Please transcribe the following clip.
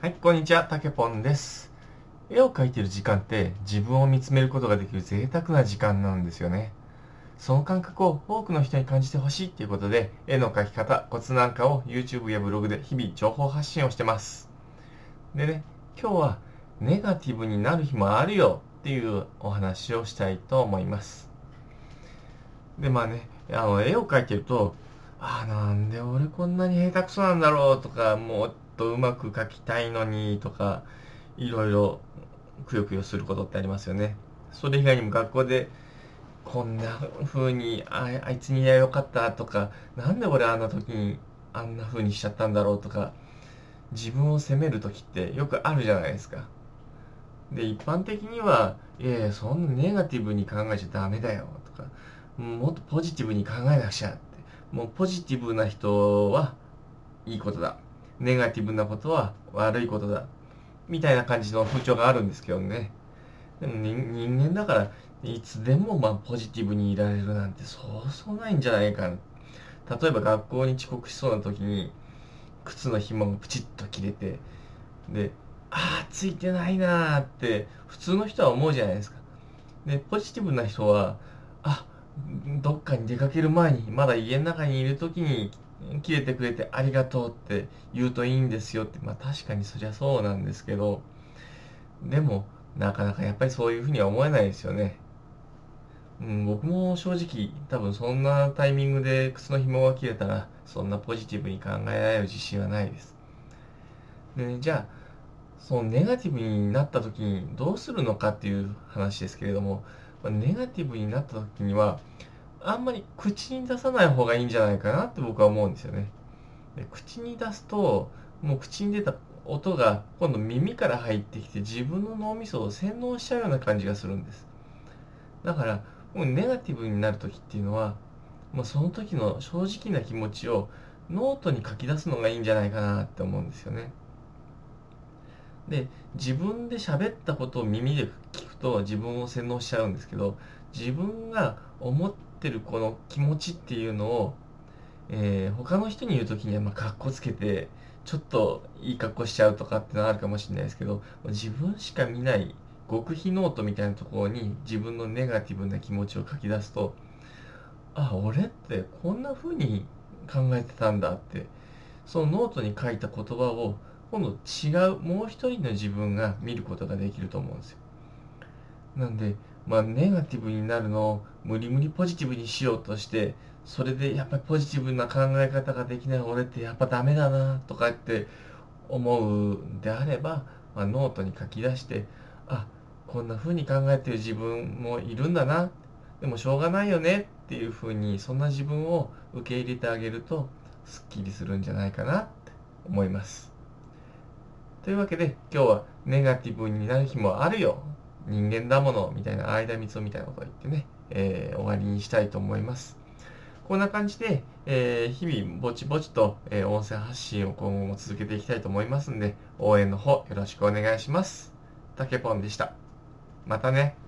はい、こんにちは、たけぽんです。絵を描いている時間って自分を見つめることができる贅沢な時間なんですよね。その感覚を多くの人に感じてほしいっていうことで、絵の描き方、コツなんかを YouTube やブログで日々情報発信をしてます。でね、今日はネガティブになる日もあるよっていうお話をしたいと思います。で、絵を描いてると、なんで俺こんなに下手くそなんだろうとか、もっとうまく描きたいのにとか、いろいろくよくよすることってありますよね。それ以外にも学校でこんな風にあいつに言えばよかったとか、なんで俺あんな時にあんな風にしちゃったんだろうとか、自分を責める時ってよくあるじゃないですか。で、一般的には、いやいや、そんなネガティブに考えちゃダメだよとか、もっとポジティブに考えなくちゃって、もうポジティブな人はいいことだ。ネガティブなことは悪いことだ。みたいな感じの風潮があるんですけどね。でも人間だから、いつでもポジティブにいられるなんてそうそうないんじゃないかな。例えば学校に遅刻しそうな時に、靴の紐がプチッと切れて、で、ついてないなーって普通の人は思うじゃないですか。で、ポジティブな人は、あ、どっかに出かける前に、まだ家の中にいる時に切れてくれてありがとうって言うといいんですよって、確かにそりゃそうなんですけど、でも、なかなかやっぱりそういうふうには思えないですよね。僕も正直、多分そんなタイミングで靴の紐が切れたら、そんなポジティブに考えられる自信はないです。でね、じゃあ、そのネガティブになった時にどうするのかっていう話ですけれども、ネガティブになった時には、あんまり口に出さない方がいいんじゃないかなって僕は思うんですよね。で、口に出すと、もう口に出た音が今度耳から入ってきて自分の脳みそを洗脳しちゃうような感じがするんです。だから、もうネガティブになる時っていうのは、もうその時の正直な気持ちをノートに書き出すのがいいんじゃないかなって思うんですよね。で、自分で喋ったことを耳で聞くと自分を洗脳しちゃうんですけど、自分が思ってるこの気持ちっていうのを、他の人に言うときにはかっこつけてちょっといい格好しちゃうとかってのはあるかもしれないですけど、自分しか見ない極秘ノートみたいなところに自分のネガティブな気持ちを書き出すと、俺ってこんな風に考えてたんだって、そのノートに書いた言葉を今度違うもう一人の自分が見ることができると思うんですよ。なんで、ネガティブになるのを無理無理ポジティブにしようとして、それでやっぱりポジティブな考え方ができない俺ってやっぱダメだなとかって思うんであれば、ノートに書き出して、あ、こんな風に考えてる自分もいるんだな。でもしょうがないよねっていう風に、そんな自分を受け入れてあげると、すっきりするんじゃないかなって思います。というわけで、今日はネガティブになる日もあるよ。人間だもの、みたいな間みつみたいなことを言ってね、終わりにしたいと思います。こんな感じで、日々ぼちぼちと、音声発信を今後も続けていきたいと思いますんで、応援の方よろしくお願いします。たけぽんでした。またね。